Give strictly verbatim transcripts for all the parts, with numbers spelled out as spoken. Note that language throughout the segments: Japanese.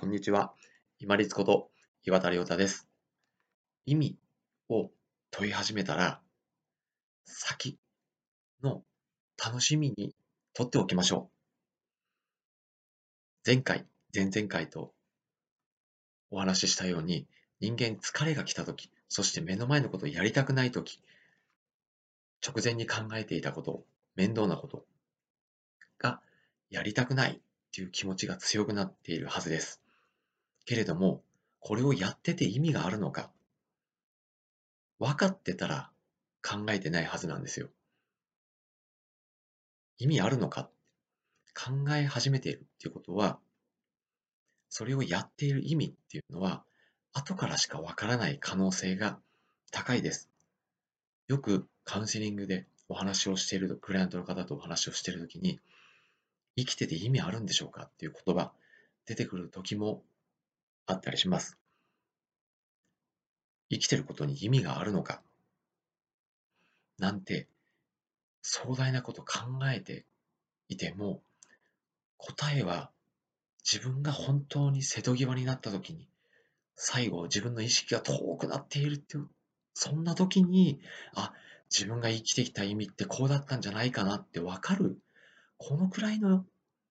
こんにちは。今立こと岩田亮太です。意味を問い始めたら、先の楽しみにとっておきましょう。前回、前々回とお話ししたように、人間疲れが来たとき、そして目の前のことをやりたくないとき、直前に考えていたこと、面倒なことがやりたくないっていう気持ちが強くなっているはずです。けれども、これをやってて意味があるのか、分かってたら考えてないはずなんですよ。意味あるのか考え始めているっていうことは、それをやっている意味っていうのは、後からしかわからない可能性が高いです。よくカウンセリングでお話をしている、クライアントの方とお話をしているときに、生きてて意味あるんでしょうかっていう言葉、出てくる時もあったりします。生きてることに意味があるのかなんて壮大なこと考えていても、答えは自分が本当に瀬戸際になった時に、最後、自分の意識が遠くなっているっていう、そんな時に、あ、自分が生きてきた意味ってこうだったんじゃないかなってわかる、このくらいの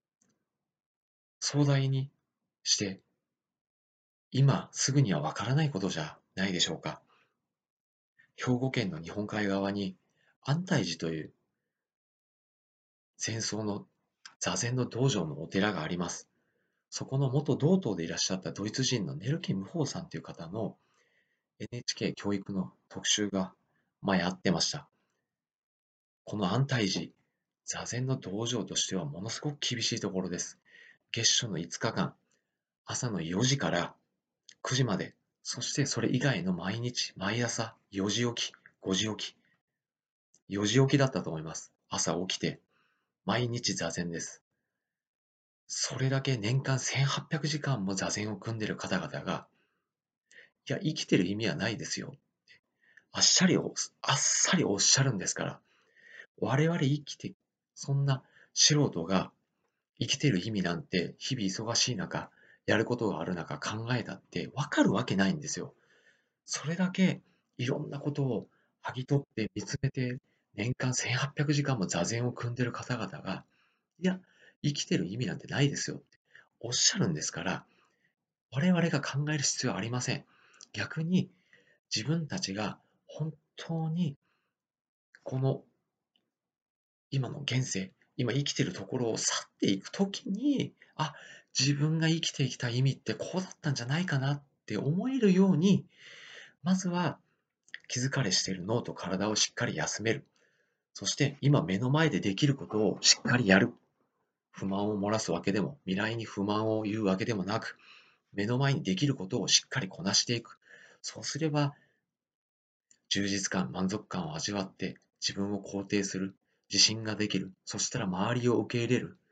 壮大にして、今すぐにはわからないことじゃないでしょうか。兵庫県の日本海側に安泰寺という戦争の座禅の道場のお寺があります。そこの元道東でいらっしゃったドイツ人のネルケ・ムホーさんという方の エヌエイチケー 教育の特集が前あってました。この安泰寺、座禅の道場としてはものすごく厳しいところです。月初のいつかかん、朝のよじからくじまで、そしてそれ以外の毎日、毎朝よじ起き、ごじ起き、よじ起きだったと思います。朝起きて、毎日座禅です。それだけ年間せんはっぴゃくじかんも座禅を組んでいる方々が、いや、生きてる意味はないですよ。あっしゃりおあっさりおっしゃるんですから、我々生きて、そんな素人が生きてる意味なんて、日々忙しい中、やることがある中考えたって分かるわけないんですよ。それだけいろんなことを剥ぎ取って見つめて、年間せんはっぴゃくじかんも座禅を組んでる方々が、いや、生きてる意味なんてないですよっておっしゃるんですから、我々が考える必要はありません。逆に自分たちが本当にこの今の現世、今生きてるところを去っていくときに、あ、自分が生きてきた意味ってこうだったんじゃないかなって思えるように、まずは気疲れしている脳と体をしっかり休める。そして今目の前でできることをしっかりやる。不満を漏らすわけでも、未来に不満を言うわけでもなく、目の前にできることをしっかりこなしていく。そうすれば、充実感、満足感を味わって、自分を肯定する。自信ができる。そしたら周りを受け入れる。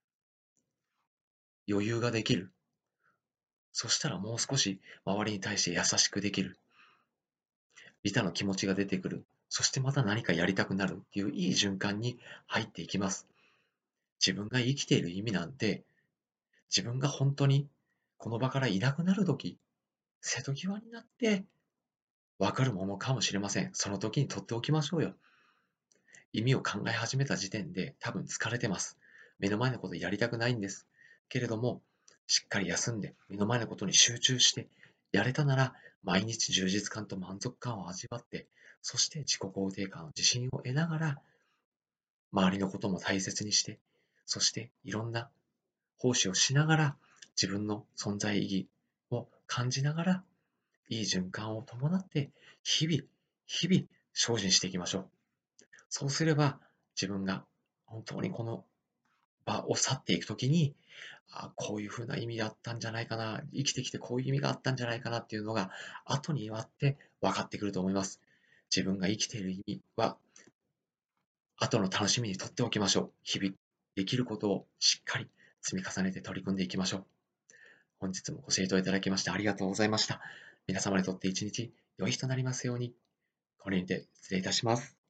余裕ができる。そしたらもう少し周りに対して優しくできる。利他の気持ちが出てくる。そしてまた何かやりたくなるっていういい循環に入っていきます。自分が生きている意味なんて、自分が本当にこの場からいなくなるとき、瀬戸際になってわかるものかもしれません。その時にとっておきましょうよ。意味を考え始めた時点で多分疲れてます。目の前のことやりたくないんです。けれども、しっかり休んで目の前のことに集中してやれたなら毎日充実感と満足感を味わって、そして自己肯定感、自信を得ながら周りのことも大切にして、そしていろんな奉仕をしながら自分の存在意義を感じながらいい循環を伴って日々、日々精進していきましょう。そうすれば自分が本当にこの場を去っていくときに、あ、こういうふうな意味だったんじゃないかな、生きてきてこういう意味があったんじゃないかなっていうのが後にわって分かってくると思います。自分が生きている意味は後の楽しみにとっておきましょう。日々できることをしっかり積み重ねて取り組んでいきましょう。本日もご清聴いただきましてありがとうございました。皆様にとって一日良い日となりますように。これにて失礼いたします。